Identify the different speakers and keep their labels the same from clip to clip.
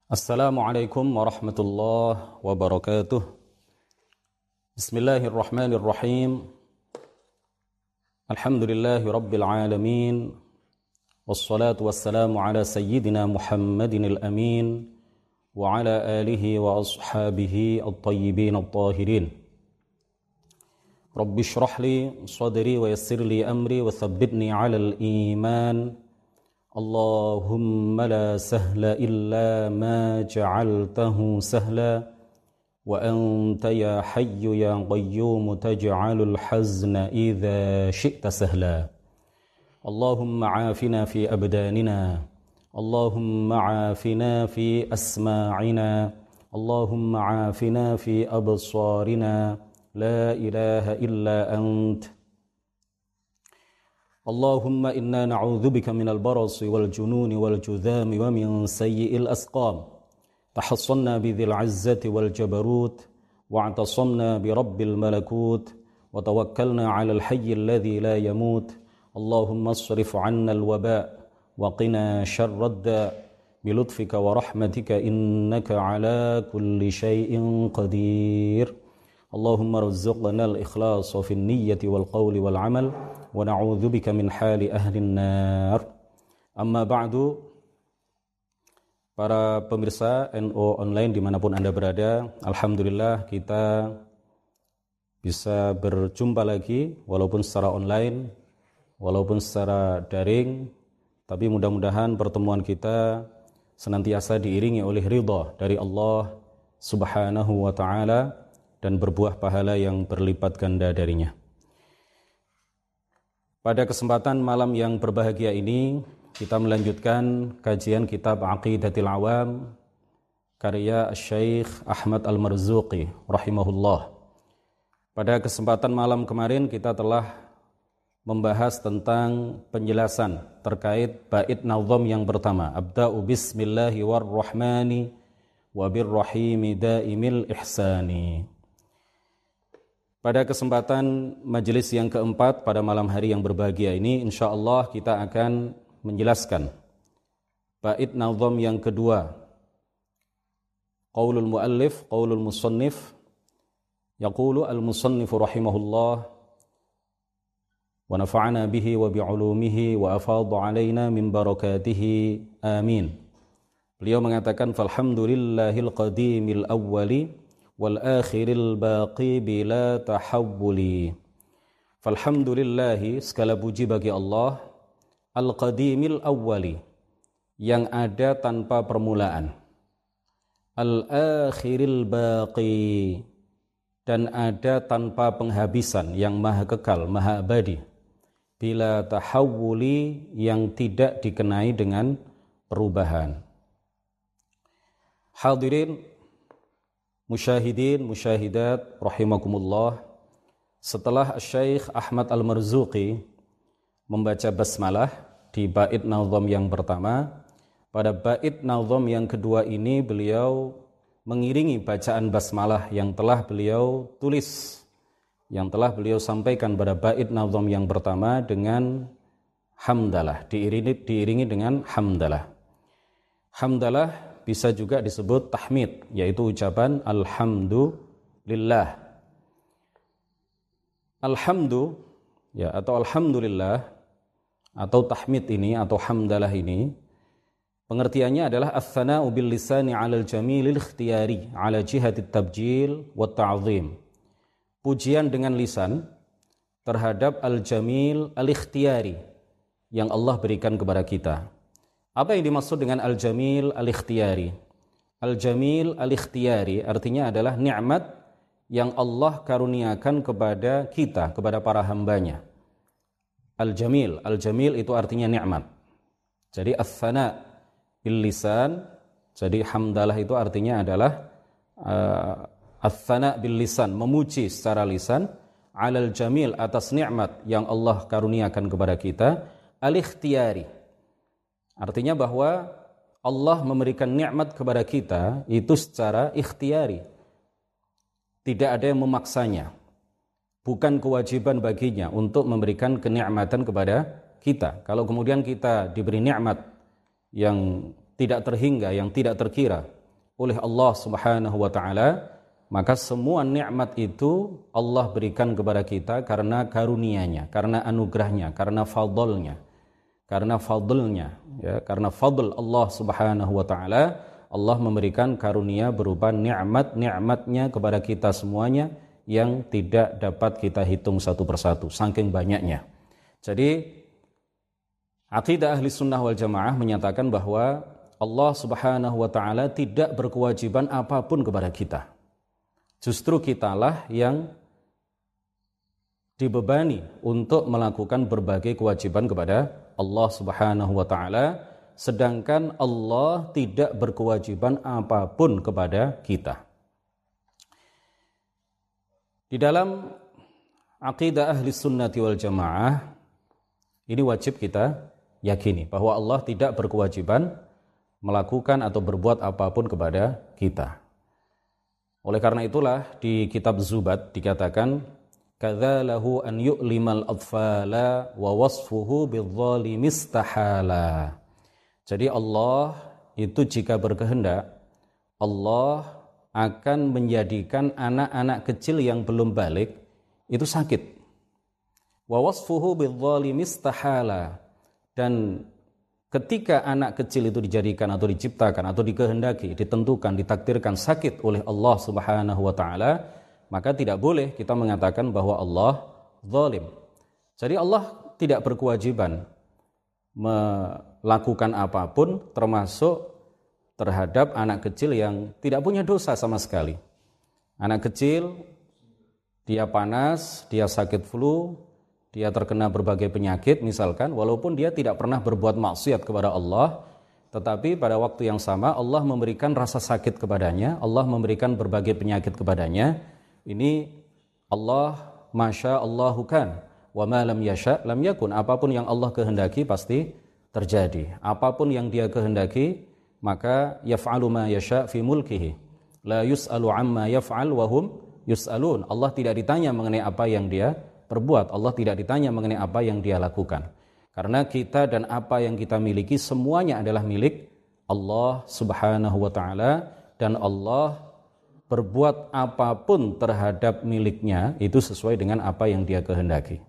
Speaker 1: Assalamualaikum warahmatullahi wabarakatuh. Bismillahirrahmanirrahim. Alhamdulillahi rabbil alamin. Wassalatu wassalamu ala sayyidina Muhammadin al-amin wa ala alihi wa ashabihi at-tayyibin at-tahirin. Rabbi shrah li sadri wa yassir li amri wa thabbitni ala al-iman. Allahumma la sahla illa ma ja'altahu sahla wa anta ya hayyu ya qayyum taj'alul hazna idza syi'ta sahla. Allahumma 'afina fi abdanina, Allahumma 'afina fi asma'ina, Allahumma 'afina fi absarina, la ilaha illa ant. Allahumma inna na'udzubika minal barasi wal jununi wal judhami wa min sayyi'il asqam. Tahassanna bidhil 'izzati wal jabarut wa'tasamna bi rabbil malakut wa tawakkalna 'alal hayyil ladzi la yamut. Allahumma asrif 'anna al waba' wa qina syarrad da' bi lutfika wa rahmatika innaka 'ala kulli syai'in qadir. Allahumma rzuqna al-ikhlasa fi an-niyyati wal qawli wal 'amal wa na'udzubika min hali ahli an-nar. Amma ba'du. Para pemirsa NO online dimanapun Anda berada, alhamdulillah kita bisa berjumpa lagi walaupun secara online, walaupun secara daring, tapi mudah-mudahan pertemuan kita senantiasa diiringi oleh ridha dari Allah Subhanahu wa taala dan berbuah pahala yang berlipat ganda darinya. Pada kesempatan malam yang berbahagia ini, kita melanjutkan kajian kitab Aqidatil Awam karya Syekh Ahmad Al-Marzuqi rahimahullah. Pada kesempatan malam kemarin kita telah membahas tentang penjelasan terkait bait nazam yang pertama, Abda'u bismillahi warrahmani wa birrahimi daimil ihsani. Pada kesempatan majelis yang keempat pada malam hari yang berbahagia ini, insyaallah kita akan menjelaskan bait nazam yang kedua. Qaulul muallif, qaulul musannif, yaqulu al-musannif rahimahullah wa nafa'ana bihi wa bi'ulumihi wa afadha 'alaina min barakatihi amin. Beliau mengatakan falhamdulillahil qadimil awwali wal akhiril baqi bila tahawuli. Falhamdulillahi, segala puji bagi Allah, al-qadimil awwali, yang ada tanpa permulaan, al-akhiril baqi, dan ada tanpa penghabisan, yang maha kekal, maha abadi, bila tahawuli, yang tidak dikenai dengan perubahan. Hadirin musyahidin, musyahidat, rahimakumullah. Setelah Syekh Ahmad Al-Marzuqi membaca basmalah di bait nazam yang pertama, pada bait nazam yang kedua ini beliau mengiringi bacaan basmalah yang telah beliau tulis, yang telah beliau sampaikan pada bait nazam yang pertama dengan hamdalah, diiringi dengan hamdalah. Hamdalah bisa juga disebut tahmid, yaitu ucapan alhamdulillah. Alhamdu, ya, atau alhamdulillah, atau tahmid ini, atau hamdalah ini, pengertiannya adalah ats-tsana'u bil lisani 'alal jamilil ikhtiyari 'ala jihatit tabjil wa ta'zim. Pujian dengan lisan terhadap al-jamil al-ikhtiyari yang Allah berikan kepada kita. Apa yang dimaksud dengan al-jamil al-ikhtiyari? Al-jamil al-ikhtiyari artinya adalah nikmat yang Allah karuniakan kepada kita, kepada para hambanya. Al-jamil itu artinya nikmat. Jadi ats-tsana' bil lisan, jadi hamdalah itu artinya adalah ats-tsana' bil lisan, memuji secara lisan, 'alal jamil, atas nikmat yang Allah karuniakan kepada kita, al-ikhtiyari. Artinya bahwa Allah memberikan nikmat kepada kita itu secara ikhtiyari. Tidak ada yang memaksanya. Bukan kewajiban baginya untuk memberikan kenikmatan kepada kita. Kalau kemudian kita diberi nikmat yang tidak terhingga, yang tidak terkira, oleh Allah Subhanahu wa taala, maka semua nikmat itu Allah berikan kepada kita karena karunia-Nya, karena anugerahnya, karena fadlnya. Karena fadlnya, ya, karena fadl Allah Subhanahu wa taala, Allah memberikan karunia berupa nikmat-nikmatnya kepada kita semuanya yang tidak dapat kita hitung satu persatu, saking banyaknya. Jadi akidah ahli sunnah wal jamaah menyatakan bahwa Allah Subhanahu wa taala tidak berkewajiban apapun kepada kita. Justru kitalah yang dibebani untuk melakukan berbagai kewajiban kepada Allah Subhanahu wa taala, sedangkan Allah tidak berkewajiban apapun kepada kita. Di dalam akidah ahli sunnati wal jamaah ini wajib kita yakini bahwa Allah tidak berkewajiban melakukan atau berbuat apapun kepada kita. Oleh karena itulah di kitab Zubat dikatakan kadzalahu an yu'limal atfala wa wasfuhu bidzalimi istahala. Jadi Allah itu jika berkehendak, Allah akan menjadikan anak-anak kecil yang belum balik itu sakit. Wa wasfuhu bidzalimi istahala. Dan ketika anak kecil itu dijadikan atau diciptakan atau dikehendaki, ditentukan, ditakdirkan sakit oleh Allah Subhanahu wa taala, maka tidak boleh kita mengatakan bahwa Allah zalim. Jadi Allah tidak berkewajiban melakukan apapun termasuk terhadap anak kecil yang tidak punya dosa sama sekali. Anak kecil, dia panas, dia sakit flu, dia terkena berbagai penyakit misalkan, walaupun dia tidak pernah berbuat maksiat kepada Allah, tetapi pada waktu yang sama Allah memberikan rasa sakit kepadanya, Allah memberikan berbagai penyakit kepadanya. Ini Allah masya Allahu kan wa ma lam yasha lam yakun. Apapun yang Allah kehendaki pasti terjadi. Apapun yang Dia kehendaki, maka yaf'alu ma yasha fi mulkihi. La yus'alu amma yaf'al wa hum yus'alun. Allah tidak ditanya mengenai apa yang Dia perbuat. Allah tidak ditanya mengenai apa yang Dia lakukan. Karena kita dan apa yang kita miliki semuanya adalah milik Allah Subhanahu wa taala, dan Allah berbuat apapun terhadap miliknya itu sesuai dengan apa yang Dia kehendaki.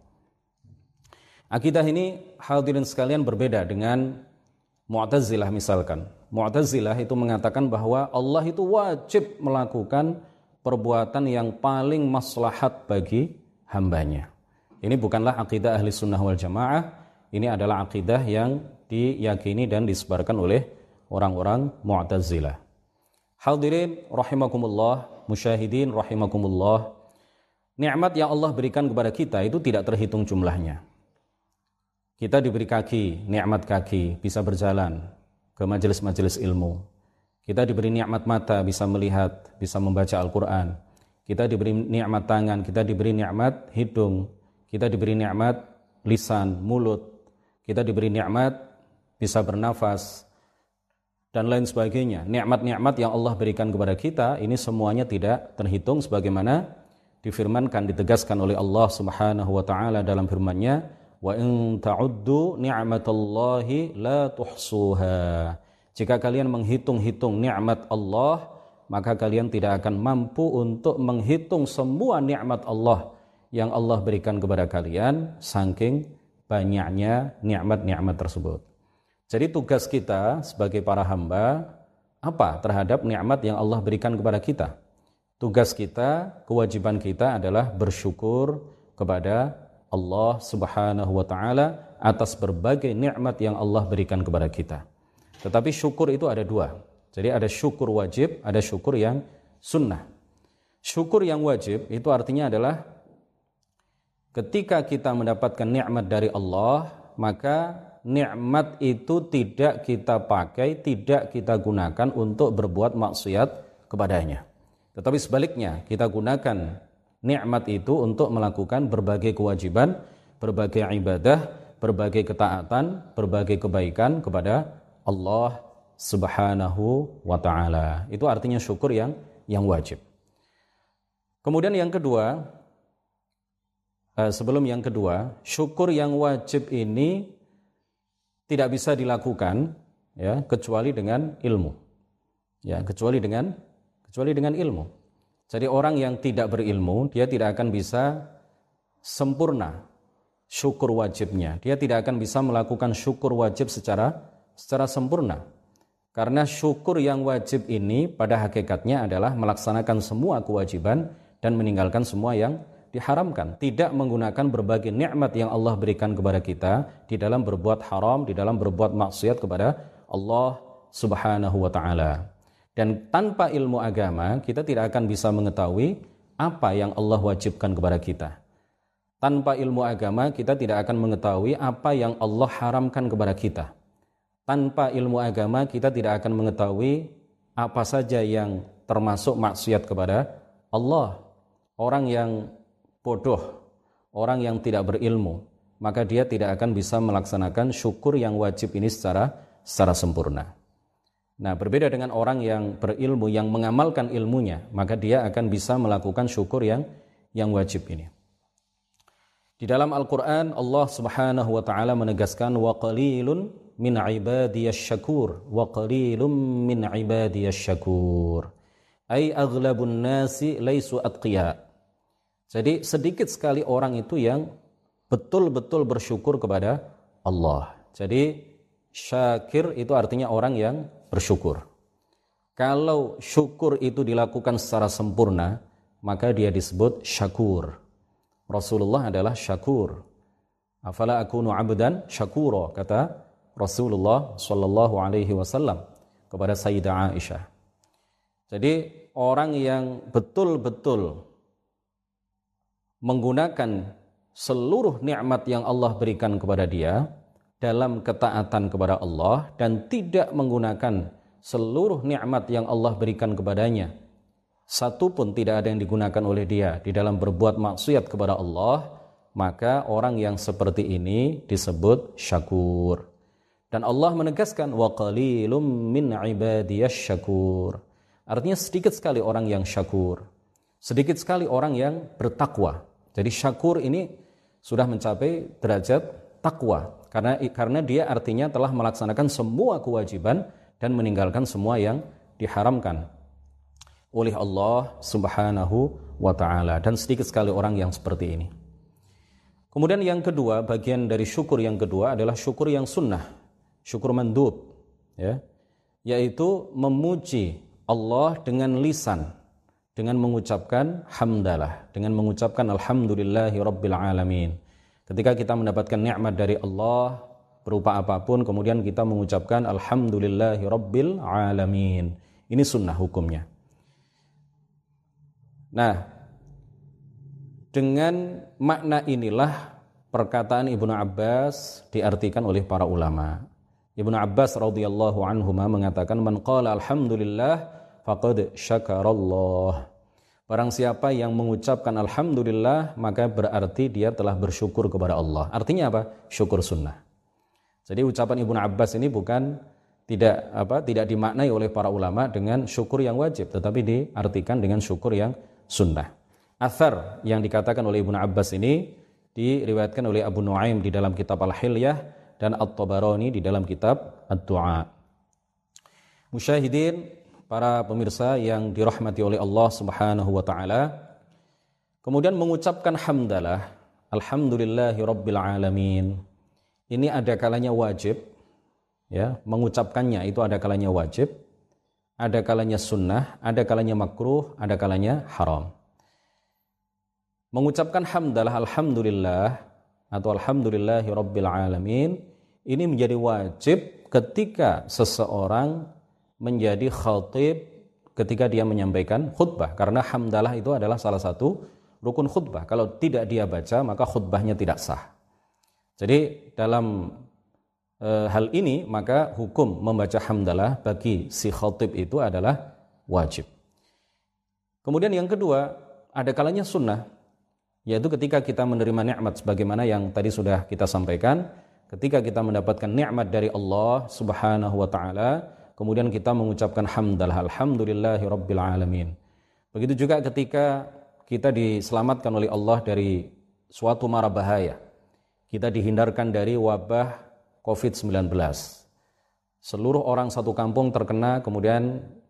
Speaker 1: Akidah ini hadirin sekalian berbeda dengan Mu'tazilah misalkan. Mu'tazilah itu mengatakan bahwa Allah itu wajib melakukan perbuatan yang paling maslahat bagi hambanya. Ini bukanlah akidah ahli sunnah wal jamaah, ini adalah akidah yang diyakini dan disebarkan oleh orang-orang Mu'tazilah. Hadirin rahimakumullah, musyahidin rahimakumullah, nikmat yang Allah berikan kepada kita itu tidak terhitung jumlahnya. Kita diberi kaki, nikmat kaki, bisa berjalan ke majelis-majelis ilmu. Kita diberi nikmat mata, bisa melihat, bisa membaca Al-Quran. Kita diberi nikmat tangan, kita diberi nikmat hidung, kita diberi nikmat lisan, mulut, kita diberi nikmat bisa bernafas, dan lain sebagainya. Nikmat-nikmat yang Allah berikan kepada kita ini semuanya tidak terhitung sebagaimana difirmankan, ditegaskan oleh Allah Subhanahu wa taala dalam firman-Nya, wa in ta'uddu ni'matallahi la tuhsuha. Jika kalian menghitung-hitung nikmat Allah, maka kalian tidak akan mampu untuk menghitung semua nikmat Allah yang Allah berikan kepada kalian, saking banyaknya nikmat-nikmat tersebut. Jadi tugas kita sebagai para hamba apa terhadap nikmat yang Allah berikan kepada kita? Tugas kita, kewajiban kita adalah bersyukur kepada Allah Subhanahu wa taala atas berbagai nikmat yang Allah berikan kepada kita. Tetapi syukur itu ada dua. Jadi ada syukur wajib, ada syukur yang sunnah. Syukur yang wajib itu artinya adalah ketika kita mendapatkan nikmat dari Allah, maka nikmat itu tidak kita pakai, tidak kita gunakan untuk berbuat maksiat kepadanya. Tetapi sebaliknya, kita gunakan nikmat itu untuk melakukan berbagai kewajiban, berbagai ibadah, berbagai ketaatan, berbagai kebaikan kepada Allah Subhanahu wa ta'ala. Itu artinya syukur yang wajib. Kemudian yang kedua, sebelum yang kedua, syukur yang wajib ini tidak bisa dilakukan ya kecuali dengan ilmu. Ya, kecuali dengan ilmu. Jadi orang yang tidak berilmu, dia tidak akan bisa sempurna syukur wajibnya. Dia tidak akan bisa melakukan syukur wajib secara sempurna. Karena syukur yang wajib ini pada hakikatnya adalah melaksanakan semua kewajiban dan meninggalkan semua yang diharamkan. Tidak menggunakan berbagai nikmat yang Allah berikan kepada kita di dalam berbuat haram, di dalam berbuat maksiat kepada Allah Subhanahu wa ta'ala. Dan tanpa ilmu agama, kita tidak akan bisa mengetahui apa yang Allah wajibkan kepada kita. Tanpa ilmu agama, kita tidak akan mengetahui apa yang Allah haramkan kepada kita. Tanpa ilmu agama, kita tidak akan mengetahui apa saja yang termasuk maksiat kepada Allah. Orang yang bodoh, orang yang tidak berilmu, maka dia tidak akan bisa melaksanakan syukur yang wajib ini secara sempurna. Nah, berbeda dengan orang yang berilmu, yang mengamalkan ilmunya, maka dia akan bisa melakukan syukur yang wajib ini. Di dalam Al-Quran, Allah Subhanahu wa ta'ala menegaskan, wa qalilun min ibadiyasy syakur, wa qalilun min ibadiyasy syakur. Ai aghlabun nasi laisu atqiya. Jadi sedikit sekali orang itu yang betul-betul bersyukur kepada Allah. Jadi syakir itu artinya orang yang bersyukur. Kalau syukur itu dilakukan secara sempurna, maka dia disebut syakur. Rasulullah adalah syakur. Afala akunu abdan syakura, kata Rasulullah sallallahu alaihi wasallam kepada Sayyidah Aisyah. Jadi orang yang betul-betul menggunakan seluruh nikmat yang Allah berikan kepada dia dalam ketaatan kepada Allah dan tidak menggunakan seluruh nikmat yang Allah berikan kepadanya, satu pun tidak ada yang digunakan oleh dia di dalam berbuat maksiat kepada Allah, maka orang yang seperti ini disebut syakur. Dan Allah menegaskan, wa qalilum min ibadiyasy syakur. Artinya sedikit sekali orang yang syakur, sedikit sekali orang yang bertakwa. Jadi syakur ini sudah mencapai derajat takwa. Karena dia artinya telah melaksanakan semua kewajiban dan meninggalkan semua yang diharamkan oleh Allah Subhanahu wa ta'ala. Dan sedikit sekali orang yang seperti ini. Kemudian yang kedua, bagian dari syukur yang kedua adalah syukur yang sunnah, syukur mandub, ya, yaitu memuji Allah dengan lisan, dengan mengucapkan hamdalah, dengan mengucapkan alhamdulillahi rabbil alamin. Ketika kita mendapatkan nikmat dari Allah berupa apapun, kemudian kita mengucapkan alhamdulillahi rabbil alamin. Ini sunnah hukumnya. Nah, dengan makna inilah perkataan Ibnu Abbas diartikan oleh para ulama. Ibnu Abbas radhiyallahu anhuma mengatakan, man qala alhamdulillah faqad syakarallah. Barang siapa yang mengucapkan alhamdulillah, maka berarti dia telah bersyukur kepada Allah. Artinya apa? Syukur sunnah. Jadi ucapan Ibnu Abbas ini tidak dimaknai oleh para ulama dengan syukur yang wajib, tetapi diartikan dengan syukur yang sunnah. Athar yang dikatakan oleh Ibnu Abbas ini diriwayatkan oleh Abu Nuaim di dalam kitab Al-Hilyah dan At-Tabarani di dalam kitab Ad-Du'a. Musyahidin, para pemirsa yang dirahmati oleh Allah Subhanahu wa ta'ala, kemudian mengucapkan hamdalah, alhamdulillahi rabbil alamin, ini ada kalanya wajib, ya, mengucapkannya itu ada kalanya wajib, ada kalanya sunnah, ada kalanya makruh, ada kalanya haram. Mengucapkan hamdalah alhamdulillah atau alhamdulillahi rabbil alamin ini menjadi wajib ketika seseorang menjadi khatib ketika dia menyampaikan khutbah, karena hamdalah itu adalah salah satu rukun khutbah. Kalau tidak dia baca, maka khutbahnya tidak sah. Jadi dalam hal ini maka hukum membaca hamdalah bagi si khatib itu adalah wajib. Kemudian yang kedua, ada kalanya sunnah, yaitu ketika kita menerima nikmat sebagaimana yang tadi sudah kita sampaikan, ketika kita mendapatkan nikmat dari Allah Subhanahu wa ta'ala, kemudian kita mengucapkan hamdalah alhamdulillahi rabbil alamin. Begitu juga ketika kita diselamatkan oleh Allah dari suatu mara bahaya, kita dihindarkan dari wabah COVID-19. Seluruh orang satu kampung terkena, kemudian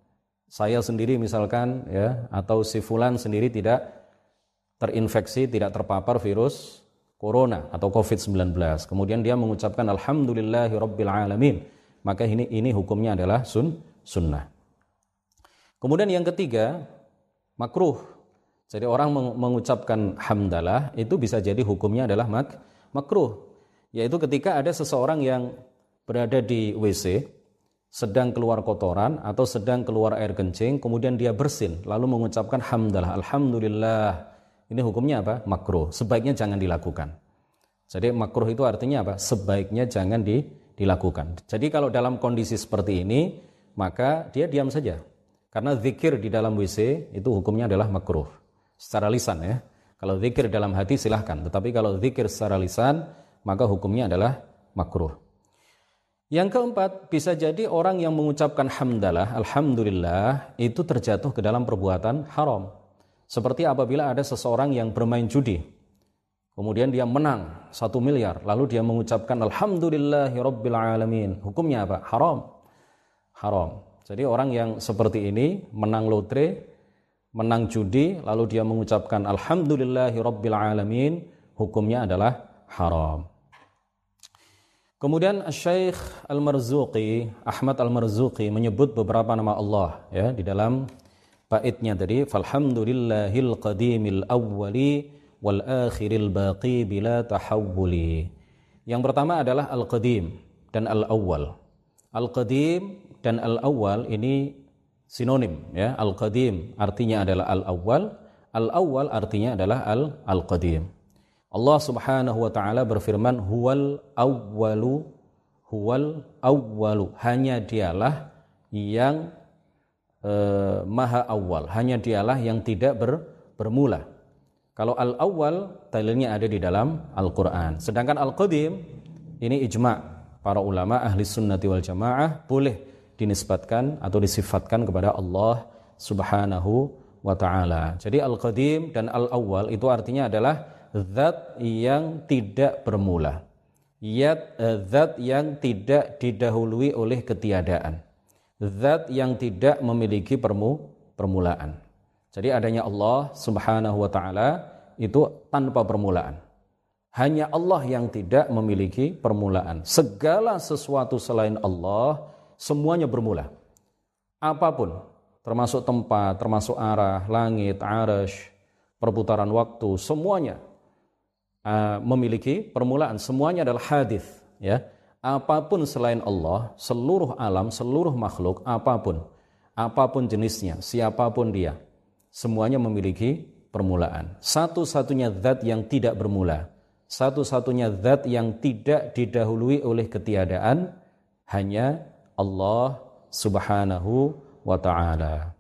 Speaker 1: saya sendiri misalkan ya, atau si fulan sendiri tidak terinfeksi, tidak terpapar virus corona atau COVID-19. Kemudian dia mengucapkan alhamdulillahi rabbil alamin. Maka ini hukumnya adalah sunnah. Kemudian yang ketiga, makruh. Jadi orang mengucapkan hamdalah itu bisa jadi hukumnya adalah makruh. Yaitu ketika ada seseorang yang berada di WC, sedang keluar kotoran atau sedang keluar air kencing, kemudian dia bersin, lalu mengucapkan hamdalah, alhamdulillah. Ini hukumnya apa? Makruh. Sebaiknya jangan dilakukan. Jadi makruh itu artinya apa? Sebaiknya jangan dilakukan. Jadi kalau dalam kondisi seperti ini, maka dia diam saja. Karena zikir di dalam WC itu hukumnya adalah makruh. Secara lisan ya. Kalau zikir dalam hati silahkan. Tetapi kalau zikir secara lisan, maka hukumnya adalah makruh. Yang keempat, bisa jadi orang yang mengucapkan hamdalah, alhamdulillah, itu terjatuh ke dalam perbuatan haram. Seperti apabila ada seseorang yang bermain judi, kemudian dia menang 1 miliar, lalu dia mengucapkan alhamdulillahi rabbil alamin. Hukumnya apa? Haram. Jadi orang yang seperti ini menang lotre, menang judi, lalu dia mengucapkan alhamdulillahi rabbil alamin, hukumnya adalah haram. Kemudian Syekh Al-Marzuqi, Ahmad Al-Marzuqi menyebut beberapa nama Allah ya di dalam baitnya tadi, falhamdulillahil qadimil awwali wal akhiril baqi bila tahawuli. Yang pertama adalah al-qadim dan al-awwal. Al-qadim dan al-awwal ini sinonim ya. Al-qadim artinya adalah al-awwal, al-awwal artinya adalah al-qadim. Allah Subhanahu wa taala berfirman, huwal awwalu, hanya dialah yang maha awal, hanya dialah yang tidak bermula. Kalau al-awwal dalilnya ada di dalam Al-Qur'an. Sedangkan al-qadim ini ijma' para ulama ahli sunnati wal jamaah boleh dinisbatkan atau disifatkan kepada Allah Subhanahu wa taala. Jadi al-qadim dan al-awwal itu artinya adalah zat yang tidak bermula, zat yang tidak didahului oleh ketiadaan, zat yang tidak memiliki permulaan. Jadi adanya Allah Subhanahu wa taala itu tanpa permulaan. Hanya Allah yang tidak memiliki permulaan. Segala sesuatu selain Allah semuanya bermula. Apapun, termasuk tempat, termasuk arah, langit, arasy, perputaran waktu, semuanya memiliki permulaan, semuanya adalah hadis ya. Apapun selain Allah, seluruh alam, seluruh makhluk, apapun jenisnya, siapapun dia, semuanya memiliki permulaan. Satu-satunya zat yang tidak bermula, satu-satunya zat yang tidak didahului oleh ketiadaan hanya Allah Subhanahu wa taala.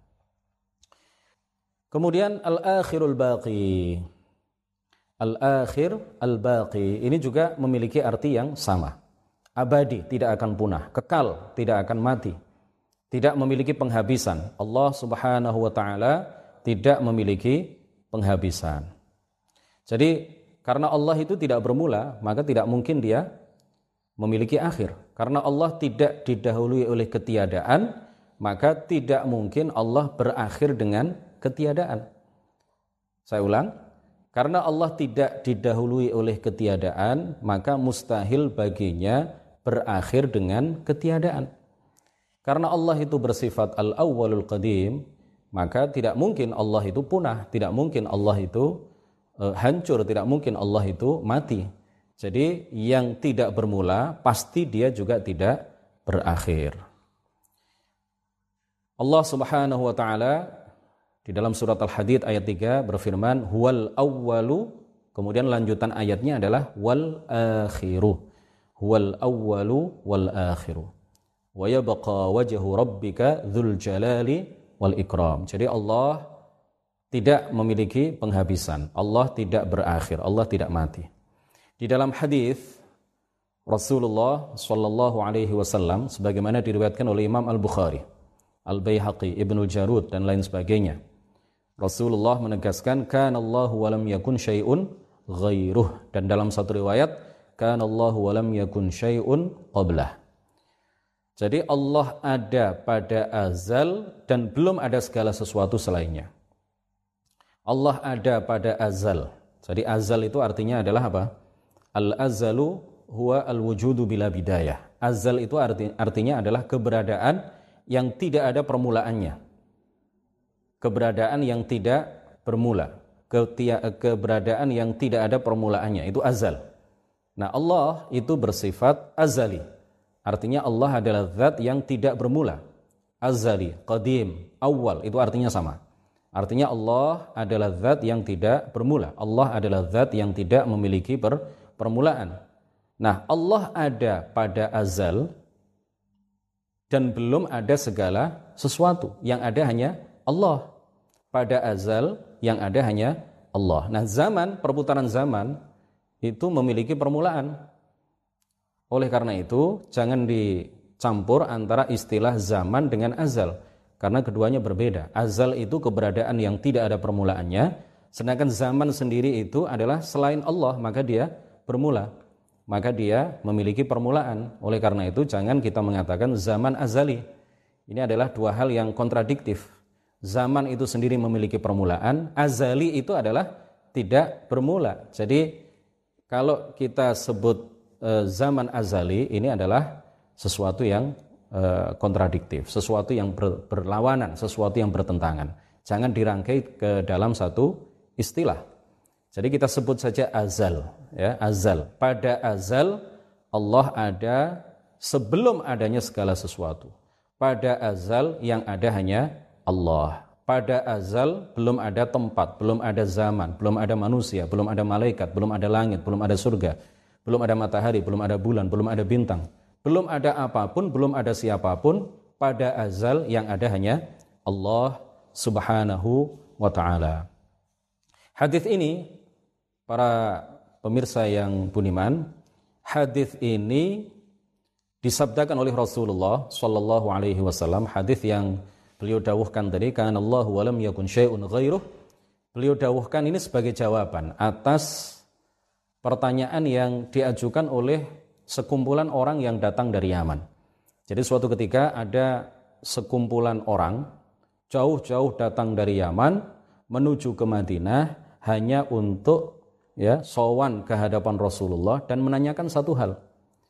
Speaker 1: Kemudian al-akhirul baqi. Al-akhir, al-baqi, ini juga memiliki arti yang sama. Abadi, tidak akan punah. Kekal, tidak akan mati. Tidak memiliki penghabisan. Allah Subhanahu wa ta'ala tidak memiliki penghabisan. Jadi, karena Allah itu tidak bermula, maka tidak mungkin dia memiliki akhir. Karena Allah tidak didahului oleh ketiadaan, maka tidak mungkin Allah berakhir dengan ketiadaan. Saya ulang. Karena Allah tidak didahului oleh ketiadaan, maka mustahil baginya berakhir dengan ketiadaan. Karena Allah itu bersifat al-awwalul qadim, maka tidak mungkin Allah itu punah, tidak mungkin Allah itu hancur, tidak mungkin Allah itu mati. Jadi yang tidak bermula, pasti dia juga tidak berakhir. Allah Subhanahu wa ta'ala di dalam surat Al-Hadid ayat 3 berfirman, huwal awwalu, kemudian lanjutan ayatnya adalah wal akhiru. Huwal awwalu wal akhiru. Wa yabqa wajhu rabbika dzul jalali wal ikram. Jadi Allah tidak memiliki penghabisan. Allah tidak berakhir, Allah tidak mati. Di dalam hadis Rasulullah sallallahu alaihi wasallam sebagaimana diriwayatkan oleh Imam Al-Bukhari, Al-Baihaqi, Ibnu Jarud dan lain sebagainya. Rasulullah menegaskan kanallahu wa lam yakun syai'un ghairuh, dan dalam satu riwayat kanallahu wa lam yakun syai'un qablah. Jadi Allah ada pada azal dan belum ada segala sesuatu selainnya. Allah ada pada azal. Jadi azal itu artinya adalah apa? Al-azalu huwa al-wujudu bila bidayah. Azal itu artinya adalah keberadaan yang tidak ada permulaannya. Keberadaan yang tidak bermula. Keberadaan yang tidak ada permulaannya. Itu azal. Nah, Allah itu bersifat azali. Artinya Allah adalah zat yang tidak bermula. Azali, qadim, awal, itu artinya sama. Artinya Allah adalah zat yang tidak bermula. Allah adalah zat yang tidak memiliki permulaan. Nah, Allah ada pada azal dan belum ada segala sesuatu. Yang ada hanya Allah. Pada azal yang ada hanya Allah. Nah, perputaran zaman itu memiliki permulaan. Oleh karena itu, jangan dicampur antara istilah zaman dengan azal. Karena keduanya berbeda. Azal itu keberadaan yang tidak ada permulaannya. Sedangkan zaman sendiri itu adalah selain Allah, maka dia bermula. Maka dia memiliki permulaan. Oleh karena itu, jangan kita mengatakan zaman azali. Ini adalah dua hal yang kontradiktif. Zaman itu sendiri memiliki permulaan. Azali itu adalah tidak bermula. Jadi, kalau kita sebut zaman azali, ini adalah sesuatu yang kontradiktif, sesuatu yang berlawanan, sesuatu yang bertentangan. Jangan dirangkai ke dalam satu istilah. Jadi kita sebut saja azal, ya, azal. Pada azal Allah ada sebelum adanya segala sesuatu. Pada azal yang ada hanya Allah. Pada azal belum ada tempat, belum ada zaman, belum ada manusia, belum ada malaikat, belum ada langit, belum ada surga. Belum ada matahari, belum ada bulan, belum ada bintang. Belum ada apapun, belum ada siapapun. Pada azal yang ada hanya Allah subhanahu wa ta'ala. Hadis ini, para pemirsa yang budiman, hadis ini disabdakan oleh Rasulullah sallallahu alaihi wasallam. Hadis yang beliau dawuhkan tadi, kana Allahu wa lam yakun syai'un ghairuh. Beliau dawuhkan ini sebagai jawaban atas pertanyaan yang diajukan oleh sekumpulan orang yang datang dari Yaman. Jadi suatu ketika ada sekumpulan orang jauh-jauh datang dari Yaman menuju ke Madinah hanya untuk sowan ke hadapan Rasulullah dan menanyakan satu hal.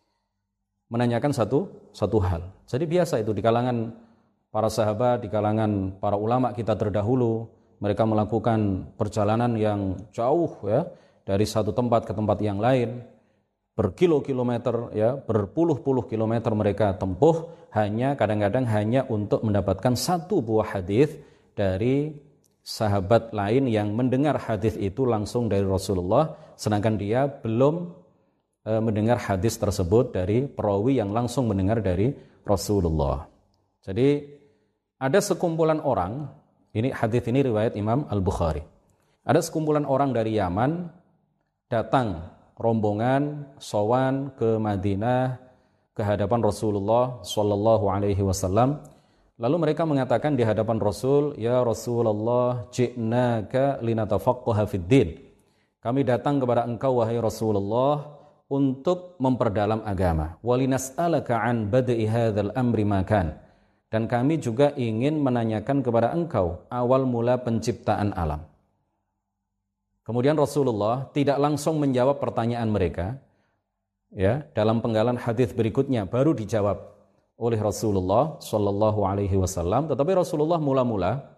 Speaker 1: Menanyakan satu hal. Jadi biasa itu di kalangan para sahabat, di kalangan para ulama kita terdahulu, mereka melakukan perjalanan yang jauh, ya, dari satu tempat ke tempat yang lain, berkilo-kilometer, ya, berpuluh-puluh kilometer mereka tempuh kadang-kadang hanya untuk mendapatkan satu buah hadis dari sahabat lain yang mendengar hadis itu langsung dari Rasulullah, sedangkan dia belum mendengar hadis tersebut dari perawi yang langsung mendengar dari Rasulullah. Jadi ada sekumpulan orang, hadis ini riwayat Imam Al-Bukhari. Ada sekumpulan orang dari Yaman datang rombongan sowan ke Madinah ke hadapan Rasulullah sallallahu alaihi wasallam. Lalu mereka mengatakan di hadapan Rasul, "Ya Rasulullah, ji'naka linatafaqqaha fid-din." Kami datang kepada engkau wahai Rasulullah untuk memperdalam agama. "Wa linas'alaka 'an bad'i hadzal amri makan." Dan kami juga ingin menanyakan kepada engkau awal mula penciptaan alam. Kemudian Rasulullah tidak langsung menjawab pertanyaan mereka. Ya, dalam penggalan hadis berikutnya baru dijawab oleh Rasulullah sallallahu alaihi wasallam, tetapi Rasulullah mula-mula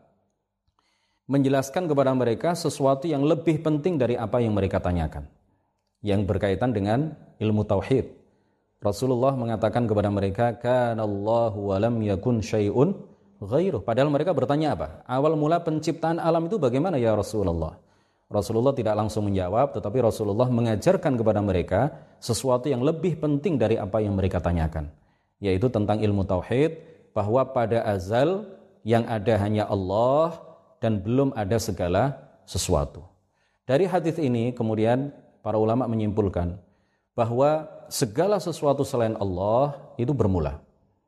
Speaker 1: menjelaskan kepada mereka sesuatu yang lebih penting dari apa yang mereka tanyakan, yang berkaitan dengan ilmu tauhid. Rasulullah mengatakan kepada mereka, "Kanallahu wa lam yakun syai'un ghairuh." Padahal mereka bertanya apa? Awal mula penciptaan alam itu bagaimana ya Rasulullah? Rasulullah tidak langsung menjawab, tetapi Rasulullah mengajarkan kepada mereka sesuatu yang lebih penting dari apa yang mereka tanyakan, yaitu tentang ilmu tauhid, bahwa pada azal yang ada hanya Allah dan belum ada segala sesuatu. Dari hadis ini kemudian para ulama menyimpulkan bahwa segala sesuatu selain Allah itu bermula.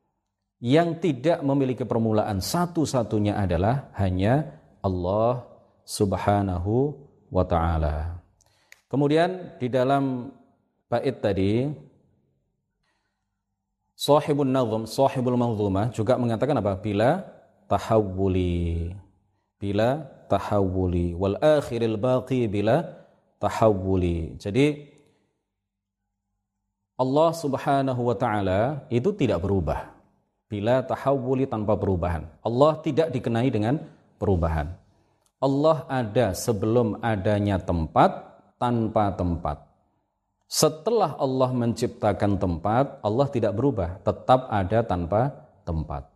Speaker 1: Yang tidak memiliki permulaan satu-satunya adalah hanya Allah subhanahu wa ta'ala. Kemudian di dalam bait tadi Sahibun Nazm, Sahibul Manzumah juga mengatakan apa? Bila tahawuli. Bila tahawuli. Wal akhiril baqi bila tahawuli. Jadi Allah Subhanahu wa taala itu tidak berubah. Bila tahawuli, tanpa perubahan. Allah tidak dikenai dengan perubahan. Allah ada sebelum adanya tempat, tanpa tempat. Setelah Allah menciptakan tempat, Allah tidak berubah, tetap ada tanpa tempat.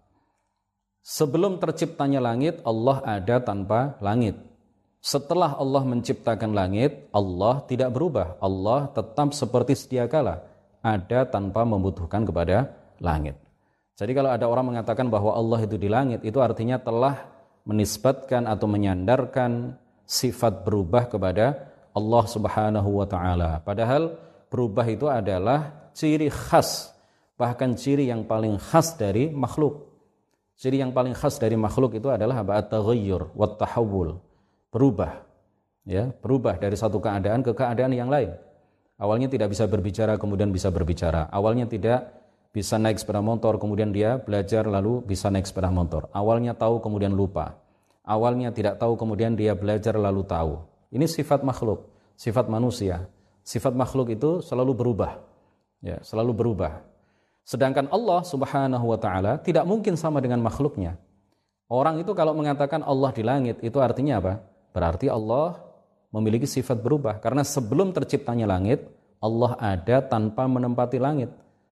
Speaker 1: Sebelum terciptanya langit, Allah ada tanpa langit. Setelah Allah menciptakan langit, Allah tidak berubah. Allah tetap seperti sedia kala, ada tanpa membutuhkan kepada langit. Jadi kalau ada orang mengatakan bahwa Allah itu di langit, itu artinya telah menisbatkan atau menyandarkan sifat berubah kepada Allah Subhanahu wa taala. Padahal berubah itu adalah ciri khas, bahkan ciri yang paling khas dari makhluk. Ciri yang paling khas dari makhluk itu adalah at-taghayyur wa at-tahawul. Berubah. Ya, berubah dari satu keadaan ke keadaan yang lain. Awalnya tidak bisa berbicara, kemudian bisa berbicara. Awalnya tidak bisa naik sepeda motor, kemudian dia belajar lalu bisa naik sepeda motor. Awalnya tahu, kemudian lupa. Awalnya tidak tahu, kemudian dia belajar lalu tahu. Ini sifat makhluk, sifat manusia. Sifat makhluk itu selalu berubah. Ya, selalu berubah. Sedangkan Allah Subhanahu wa taala tidak mungkin sama dengan makhluknya. Orang itu kalau mengatakan Allah di langit, itu artinya apa? Berarti Allah memiliki sifat berubah. Karena sebelum terciptanya langit, Allah ada tanpa menempati langit.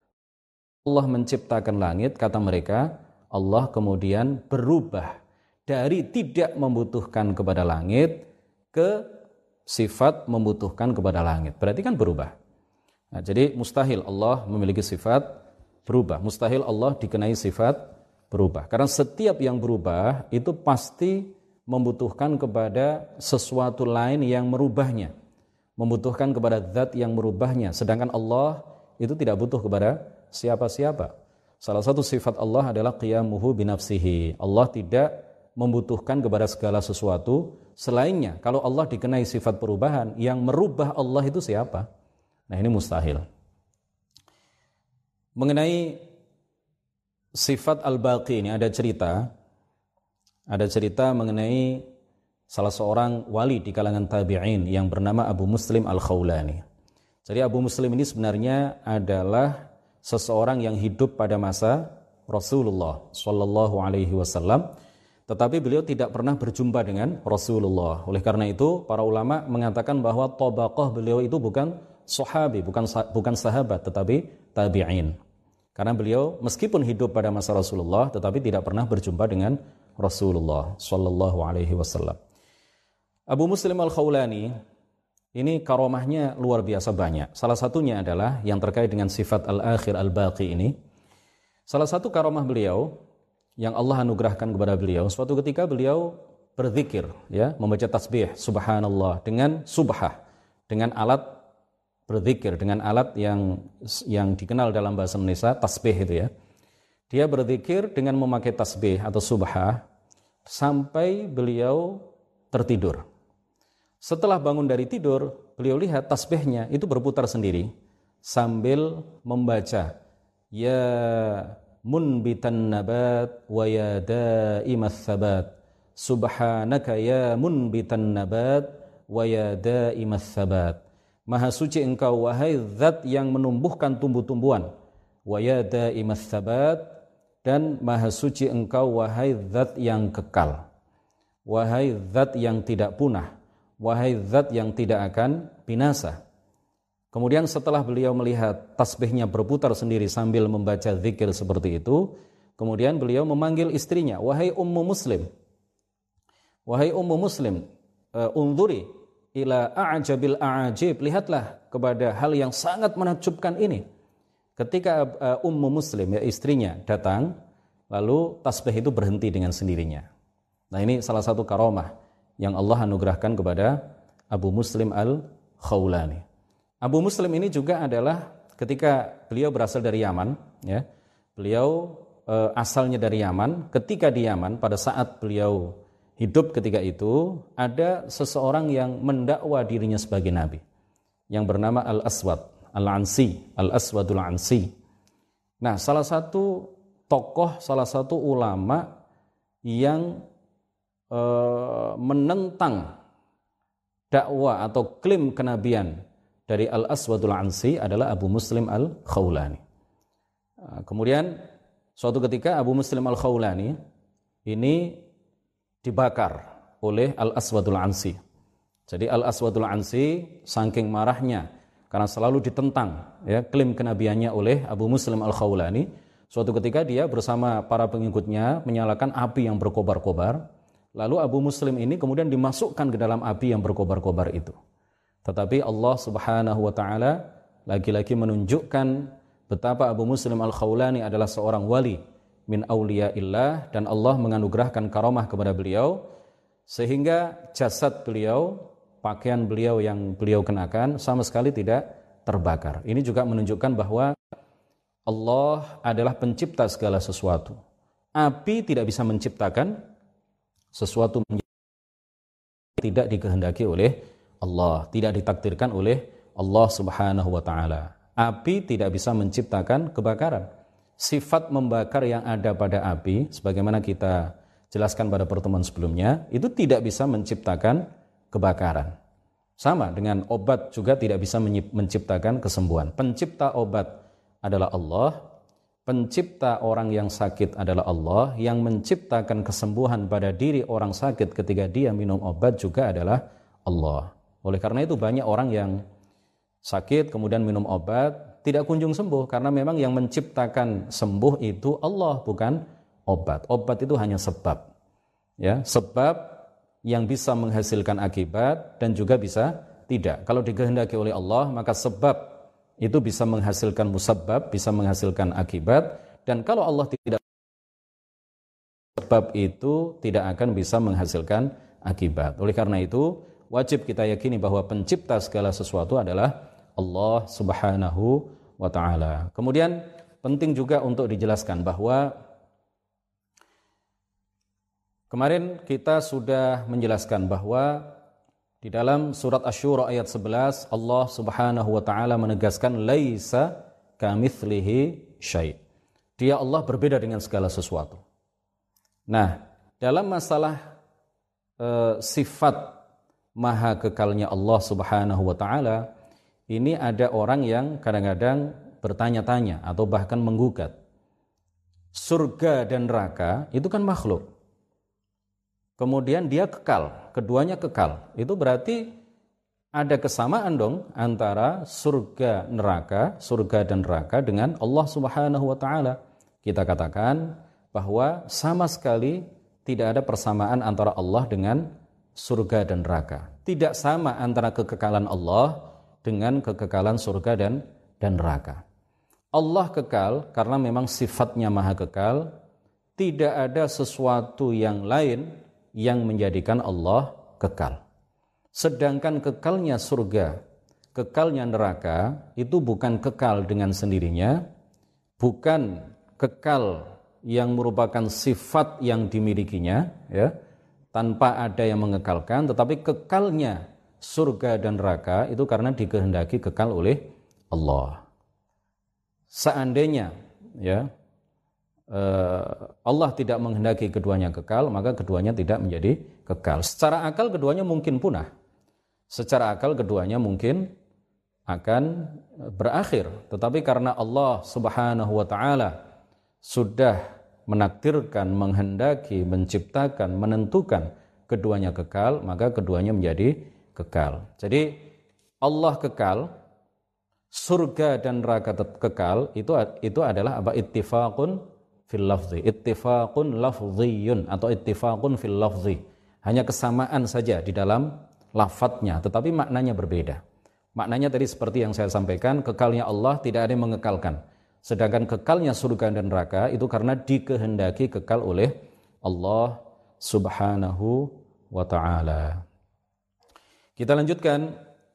Speaker 1: Allah menciptakan langit, kata mereka, Allah kemudian berubah dari tidak membutuhkan kepada langit ke sifat membutuhkan kepada langit. Berarti kan berubah. Nah, jadi mustahil Allah memiliki sifat berubah. Mustahil Allah dikenai sifat berubah. Karena setiap yang berubah itu pasti membutuhkan kepada sesuatu lain yang merubahnya. Membutuhkan kepada zat yang merubahnya. Sedangkan Allah itu tidak butuh kepada siapa-siapa. Salah satu sifat Allah adalah qiyamuhu binafsihi. Allah tidak membutuhkan kepada segala sesuatu selainnya. Kalau Allah dikenai sifat perubahan, yang merubah Allah itu siapa? Nah, ini mustahil. Mengenai sifat al-baqi ini ada cerita mengenai salah seorang wali di kalangan tabi'in yang bernama Abu Muslim al-Khawlani. Jadi Abu Muslim ini sebenarnya adalah seseorang yang hidup pada masa Rasulullah Shallallahu Alaihi Wasallam, tetapi beliau tidak pernah berjumpa dengan Rasulullah. Oleh karena itu, para ulama mengatakan bahwa tabaqah beliau itu bukan sahabi, bukan sahabat, tetapi tabi'in. Karena beliau meskipun hidup pada masa Rasulullah, tetapi tidak pernah berjumpa dengan Rasulullah Shallallahu Alaihi Wasallam. Abu Muslim al-Khawlani ini karomahnya luar biasa banyak. Salah satunya adalah yang terkait dengan sifat al-akhir al-baqi ini. Salah satu karomah beliau yang Allah anugerahkan kepada beliau, suatu ketika beliau berzikir, ya, membaca tasbih subhanallah dengan subhah, dengan alat berzikir, dengan alat yang dikenal dalam bahasa Indonesia tasbih itu ya. Dia berzikir dengan memakai tasbih atau subhah sampai beliau tertidur. Setelah bangun dari tidur, beliau lihat tasbihnya itu berputar sendiri sambil membaca ya munbitan nabat wa ya daimas sabat subhanaka ya munbitan nabat wa ya daimas sabat. Maha suci engkau wahai zat yang menumbuhkan tumbuh-tumbuhan, wa ya daimas sabat, dan maha suci engkau wahai zat yang kekal, wahai zat yang tidak punah, wahai zat yang tidak akan binasa. Kemudian setelah beliau melihat tasbihnya berputar sendiri sambil membaca zikir seperti itu, kemudian beliau memanggil istrinya, wahai Ummu Muslim, wahai Ummu Muslim, unzuri ila a'jabil a'ajib, lihatlah kepada hal yang sangat menakjubkan ini. Ketika Ummu Muslim, ya istrinya, datang, lalu tasbih itu berhenti dengan sendirinya. Nah, ini salah satu karomah yang Allah anugerahkan kepada Abu Muslim al-Khawlani. Abu Muslim ini juga adalah ketika beliau berasal dari Yaman, ya, beliau asalnya dari Yaman. Ketika di Yaman, pada saat beliau hidup ketika itu, ada seseorang yang mendakwa dirinya sebagai nabi, yang bernama Al-Aswad Al-Ansi, Al-Aswadul Ansi. Nah, salah satu tokoh, salah satu ulama yang menentang dakwah atau klaim kenabian dari Al-Aswadul Ansi adalah Abu Muslim Al-Khawlani. Kemudian suatu ketika Abu Muslim Al-Khawlani ini dibakar oleh Al-Aswadul Ansi. Jadi Al-Aswadul Ansi saking marahnya karena selalu ditentang ya klaim kenabiannya oleh Abu Muslim Al-Khawlani, suatu ketika dia bersama para pengikutnya menyalakan api yang berkobar-kobar, lalu Abu Muslim ini kemudian dimasukkan ke dalam api yang berkobar-kobar itu. Tetapi Allah Subhanahu wa taala lagi-lagi menunjukkan betapa Abu Muslim Al-Khawlani adalah seorang wali min auliyaillah, dan Allah menganugerahkan karamah kepada beliau sehingga jasad beliau, pakaian beliau yang beliau kenakan sama sekali tidak terbakar. Ini juga menunjukkan bahwa Allah adalah pencipta segala sesuatu. Api tidak bisa menciptakan sesuatu yang tidak dikehendaki oleh Allah, tidak ditakdirkan oleh Allah Subhanahu wa taala. Api tidak bisa menciptakan kebakaran. Sifat membakar yang ada pada api, sebagaimana kita jelaskan pada pertemuan sebelumnya, itu tidak bisa menciptakan kebakaran. Sama dengan obat juga tidak bisa menciptakan kesembuhan. Pencipta obat adalah Allah, pencipta orang yang sakit adalah Allah, yang menciptakan kesembuhan pada diri orang sakit ketika dia minum obat juga adalah Allah. Oleh karena itu banyak orang yang sakit kemudian minum obat tidak kunjung sembuh, karena memang yang menciptakan sembuh itu Allah, bukan obat. Obat itu hanya sebab. Ya, sebab yang bisa menghasilkan akibat dan juga bisa tidak. Kalau dikehendaki oleh Allah, maka sebab itu bisa menghasilkan musabbab, bisa menghasilkan akibat, dan kalau Allah tidak, sebab itu tidak akan bisa menghasilkan akibat. Oleh karena itu, wajib kita yakini bahwa pencipta segala sesuatu adalah Allah Subhanahu wa taala. Kemudian penting juga untuk dijelaskan bahwa kemarin kita sudah menjelaskan bahwa di dalam surat Asy-Syura ayat 11 Allah Subhanahu wa taala menegaskan laisa kamitslihi syai'. Dia Allah berbeda dengan segala sesuatu. Nah, dalam masalah sifat maha kekalnya Allah Subhanahu wa taala, ini ada orang yang kadang-kadang bertanya-tanya atau bahkan menggugat. Surga dan neraka itu kan makhluk. Kemudian dia kekal, keduanya kekal. Itu berarti ada kesamaan dong antara surga dan neraka dengan Allah Subhanahu wa taala. Kita katakan bahwa sama sekali tidak ada persamaan antara Allah dengan surga dan neraka. Tidak sama antara kekekalan Allah dengan kekekalan surga dan neraka. Allah kekal karena memang sifatnya maha kekal. Tidak ada sesuatu yang lain yang menjadikan Allah kekal. Sedangkan kekalnya surga, kekalnya neraka itu bukan kekal dengan sendirinya, bukan kekal yang merupakan sifat yang dimilikinya, ya, tanpa ada yang mengekalkan, tetapi kekalnya surga dan neraka itu karena dikehendaki kekal oleh Allah. Seandainya ya Allah tidak menghendaki keduanya kekal, maka keduanya tidak menjadi kekal. Secara akal keduanya mungkin punah. Secara akal keduanya mungkin akan berakhir. Tetapi karena Allah Subhanahu wa taala sudah menakdirkan, menghendaki, menciptakan, menentukan keduanya kekal, maka keduanya menjadi kekal. Jadi Allah kekal, surga dan neraka kekal, itu adalah apa? Ittifaqun fil lafzi, ittifaqun lafziyun atau ittifaqun fil lafzi. Hanya kesamaan saja di dalam lafadznya, tetapi maknanya berbeda. Maknanya tadi seperti yang saya sampaikan, kekalnya Allah tidak ada yang mengekalkan. Sedangkan kekalnya surga dan neraka itu karena dikehendaki kekal oleh Allah Subhanahu wa taala. Kita lanjutkan.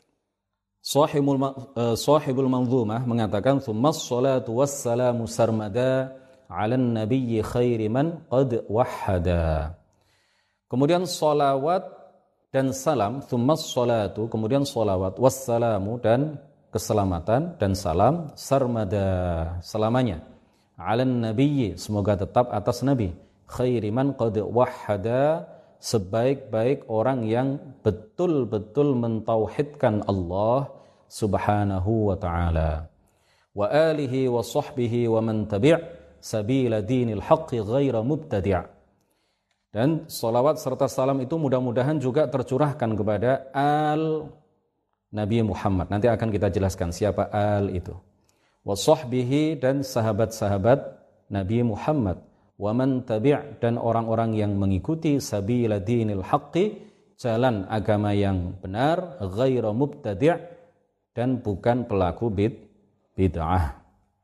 Speaker 1: Sahibul Manzumah mengatakan tsummas salatu wassalamu sarmada 'alan nabiyyi khairi man qad wahhada. Kemudian salawat dan salam, tsummas salatu, kemudian salawat, wassalamu dan keselamatan dan salam, sarmada, selamanya. 'alan nabiyyi, semoga tetap atas nabi, khairi man qad wahhada, sebaik-baik orang yang betul-betul mentauhidkan Allah Subhanahu wa ta'ala, wa alihi wa sahbihi wa man tabi' sabila dinil haqqi ghaira mubtadi'. Dan salawat serta salam itu mudah-mudahan juga tercurahkan kepada al Nabi Muhammad. Nanti akan kita jelaskan siapa al itu. Wa sahbihi, dan sahabat-sahabat Nabi Muhammad. Wa man tabi' dan orang-orang yang mengikuti sabila dinil haqqi, jalan agama yang benar, ghaira mubtadi' dan bukan pelaku bid'ah.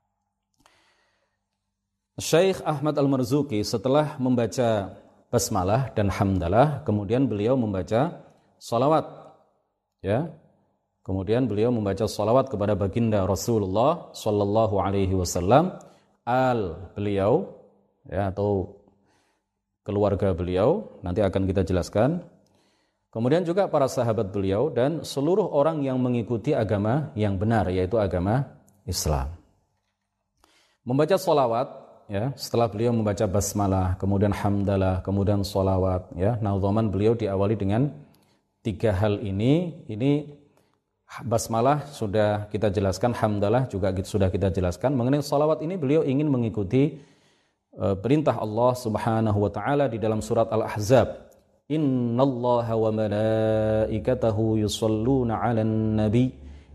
Speaker 1: Syekh Ahmad Al-Marzuki setelah membaca basmalah dan hamdalah, kemudian beliau membaca salawat, ya. Kemudian beliau membaca salawat kepada baginda Rasulullah sallallahu alaihi wasallam, al beliau, ya, atau keluarga beliau, nanti akan kita jelaskan. Kemudian juga para sahabat beliau dan seluruh orang yang mengikuti agama yang benar, yaitu agama Islam. Membaca salawat, ya, setelah beliau membaca basmalah, kemudian hamdalah, kemudian salawat, ya, nadhaman beliau diawali dengan 3 hal ini. Ini basmalah sudah kita jelaskan, hamdalah juga sudah kita jelaskan. Mengenai salawat ini beliau ingin mengikuti perintah Allah Subhanahu wa ta'ala di dalam surat Al-Ahzab. Innallaha wa malaikatahu yusalluna 'alan nabi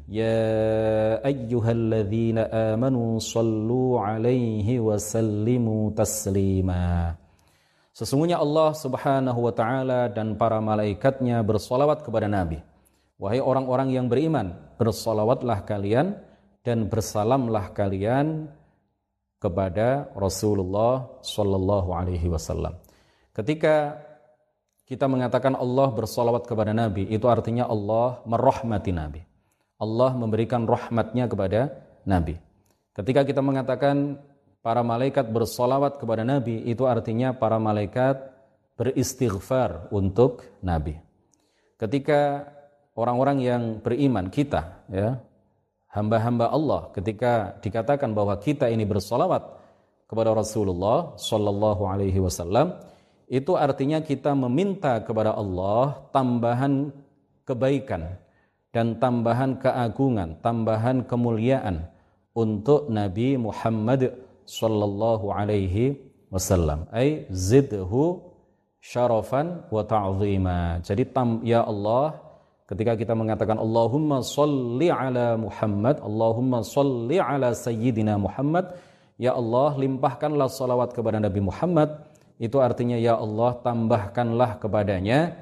Speaker 1: ya ayyuhalladzina amanu sallu 'alaihi wa sallimu taslima. Sesungguhnya Allah Subhanahu wa ta'ala dan para malaikatnya bersolawat kepada Nabi. Wahai orang-orang yang beriman, bersolawatlah kalian dan bersalamlah kalian kepada Rasulullah sallallahu alaihi wasallam. Ketika kita mengatakan Allah bersolawat kepada Nabi, itu artinya Allah merahmati Nabi. Allah memberikan rahmatnya kepada Nabi. Ketika kita mengatakan para malaikat bersolawat kepada Nabi, itu artinya para malaikat beristighfar untuk Nabi. Ketika orang-orang yang beriman, kita, ya, hamba-hamba Allah, ketika dikatakan bahwa kita ini bersolawat kepada Rasulullah sallallahu alaihi wasallam, itu artinya kita meminta kepada Allah tambahan kebaikan dan tambahan keagungan, tambahan kemuliaan untuk Nabi Muhammad sallallahu alaihi wasallam. Ai zidhu syarafan wa ta'zima. Jadi ya Allah, ketika kita mengatakan Allahumma sholli ala Muhammad, Allahumma sholli ala sayyidina Muhammad, ya Allah limpahkanlah salawat kepada Nabi Muhammad, itu artinya ya Allah tambahkanlah kepadanya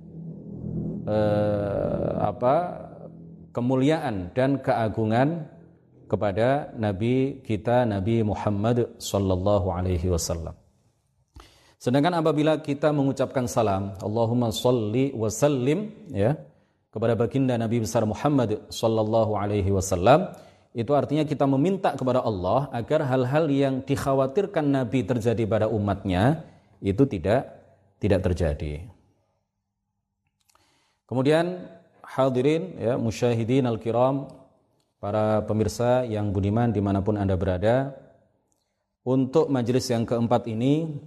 Speaker 1: kemuliaan dan keagungan kepada Nabi kita, Nabi Muhammad sallallahu alaihi wasallam. Sedangkan apabila kita mengucapkan salam, Allahumma sholli wa sallim, ya, kepada baginda Nabi besar Muhammad sallallahu alaihi wasallam, itu artinya kita meminta kepada Allah agar hal-hal yang dikhawatirkan Nabi terjadi pada umatnya itu tidak terjadi. Kemudian hadirin, ya, musyahidin al-kiram, para pemirsa yang budiman dimanapun Anda berada, untuk majelis yang keempat ini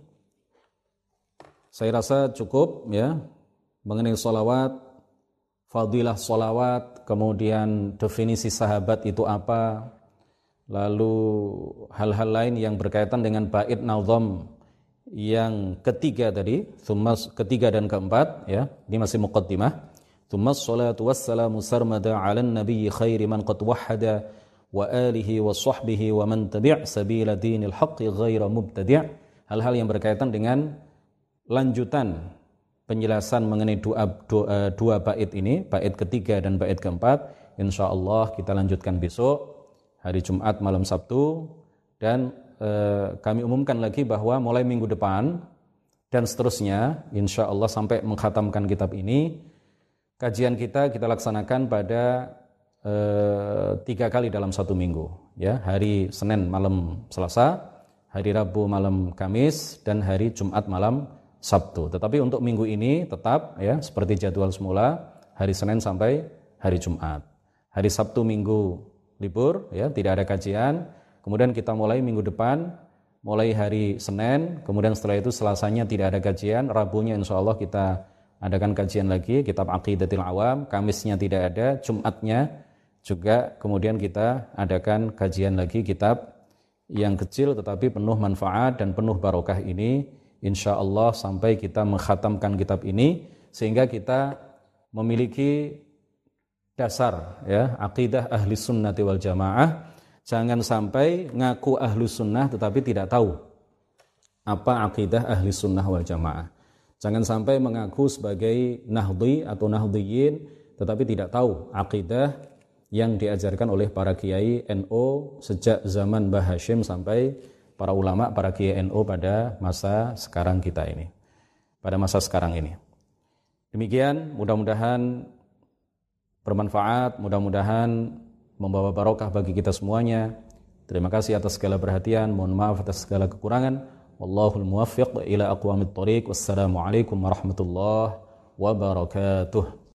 Speaker 1: saya rasa cukup, ya, mengenai salawat, fadilah salawat, kemudian definisi sahabat itu apa, lalu hal-hal lain yang berkaitan dengan bait nazam yang ketiga tadi, ketiga dan keempat, ya, ini masih muqaddimah. Tsumma sholatu wassalamu sarmada 'alan nabiyyi khairi man qad wahhada wa alihi wa sahbihi wa man tabi' sabila dinil haqqi ghaira mubtadi'. Hal-hal yang berkaitan dengan lanjutan penjelasan mengenai dua bait ini, bait ketiga dan bait keempat, insyaallah kita lanjutkan besok hari Jumat malam Sabtu. Dan kami umumkan lagi bahwa mulai minggu depan dan seterusnya, insyaallah sampai mengkhatamkan kitab ini, kajian kita laksanakan pada 3 kali dalam 1 minggu, ya, hari Senin malam Selasa, hari Rabu malam Kamis, dan hari Jumat malam Sabtu. Tetapi untuk minggu ini tetap, ya, seperti jadwal semula, hari Senin sampai hari Jumat. Hari Sabtu Minggu libur, ya, tidak ada kajian. kemudian kita mulai minggu depan, mulai hari Senin, kemudian setelah itu Selasanya tidak ada kajian, Rabunya insya Allah kita adakan kajian lagi, kitab Aqidatul Awam, Kamisnya tidak ada, Jumatnya juga kemudian kita adakan kajian lagi kitab yang kecil tetapi penuh manfaat dan penuh barokah ini, insya Allah sampai kita mengkhatamkan kitab ini, sehingga kita memiliki dasar ya akidah ahli sunnati wal jamaah. Jangan sampai ngaku ahli sunnah tetapi tidak tahu apa akidah ahli sunnah wal jamaah. Jangan sampai mengaku sebagai nahdhi atau nahdhiyin tetapi tidak tahu akidah yang diajarkan oleh para kiai NU sejak zaman Mbah Hashim sampai para ulama, para kiai NU pada masa sekarang kita ini, pada masa sekarang ini. Demikian, mudah-mudahan bermanfaat, mudah-mudahan membawa barokah bagi kita semuanya. Terima kasih atas segala perhatian, mohon maaf atas segala kekurangan. Wallahul muwaffiq ila aqwamit thoriq. Wassalamualaikum warahmatullahi wabarakatuh.